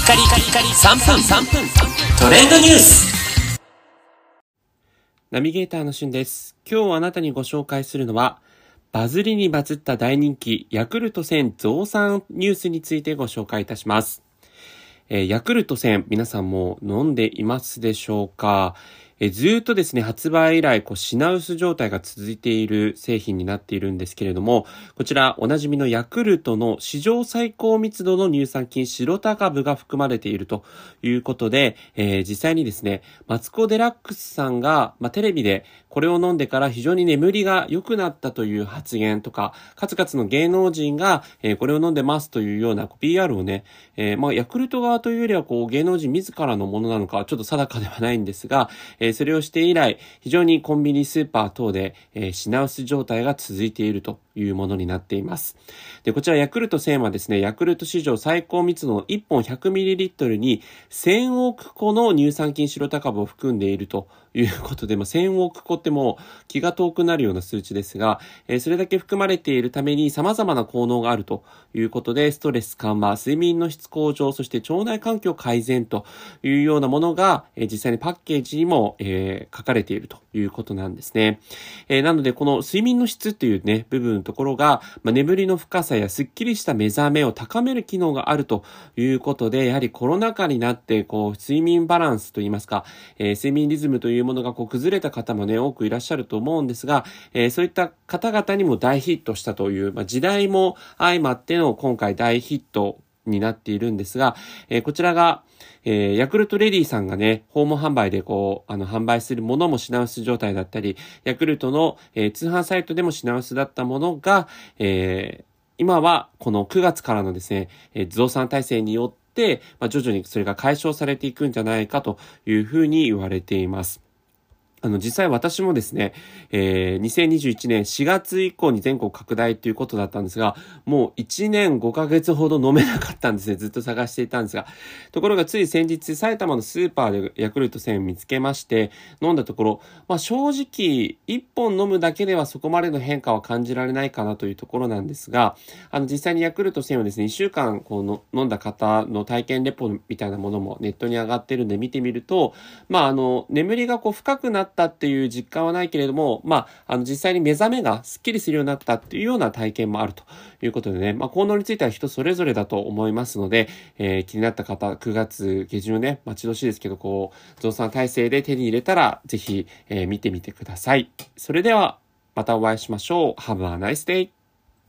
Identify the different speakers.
Speaker 1: カリカリカリ3分トレンドニュース。
Speaker 2: ナビゲーターのしゅんです。今日あなたにご紹介するのはバズりにバズった大人気ヤクルト1000増産ニュースについてご紹介いたします。ヤクルト1000皆さんも飲んでいますでしょうか。ずっとですね、発売以来品薄状態が続いている製品になっているんですけれども、こちらおなじみのヤクルトの史上最高密度の乳酸菌シロタ株が含まれているということで、実際にですね、マツコ・デラックスさんが、テレビでこれを飲んでから非常に眠りが良くなったという発言とか、数々の芸能人が、これを飲んでますというような PR をね、ヤクルト側というよりは芸能人自らのものなのかちょっと定かではないんですが、それをして以来、非常にコンビニ、スーパー等で、品薄状態が続いているというものになっています。で、こちらヤクルト1000はですね、ヤクルト史上最高密度の1本 100ml に1000億個の乳酸菌シロタ株を含んでいるということで、1000億個ってもう気が遠くなるような数値ですが、それだけ含まれているために様々な効能があるということで、ストレス緩和、睡眠の質向上、そして腸内環境改善というようなものが、実際にパッケージにも、書かれているということなんですね。なのでこの睡眠の質っていうね、部分のところが、眠りの深さやスッキリした目覚めを高める機能があるということで、やはりコロナ禍になって睡眠バランスといいますか、睡眠リズムというものが崩れた方もね、多くいらっしゃると思うんですが、そういった方々にも大ヒットしたという、時代も相まっての今回大ヒットになっているんですが、こちらが、ヤクルトレディさんがね、訪問販売で販売するものも品薄状態だったり、ヤクルトの、通販サイトでも品薄だったものが、今はこの9月からのですね、増産体制によって、徐々にそれが解消されていくんじゃないかというふうに言われています。実際私もですね、2021年4月以降に全国拡大ということだったんですが、もう1年5ヶ月ほど飲めなかったんですね。ずっと探していたんですが。ところがつい先日、埼玉のスーパーでヤクルト1000見つけまして、飲んだところ、正直、1本飲むだけではそこまでの変化は感じられないかなというところなんですが、実際にヤクルト1000をですね、1週間飲んだ方の体験レポみたいなものもネットに上がってるんで見てみると、眠りが深くなったっていう実感はないけれども、実際に目覚めがスッキリするようになったっていうような体験もあるということでね、効能については人それぞれだと思いますので、気になった方、9月下旬ね、待ち遠しいですけど、増産体制で手に入れたら、ぜひ、見てみてください。それでは、またお会いしましょう。Have a nice day!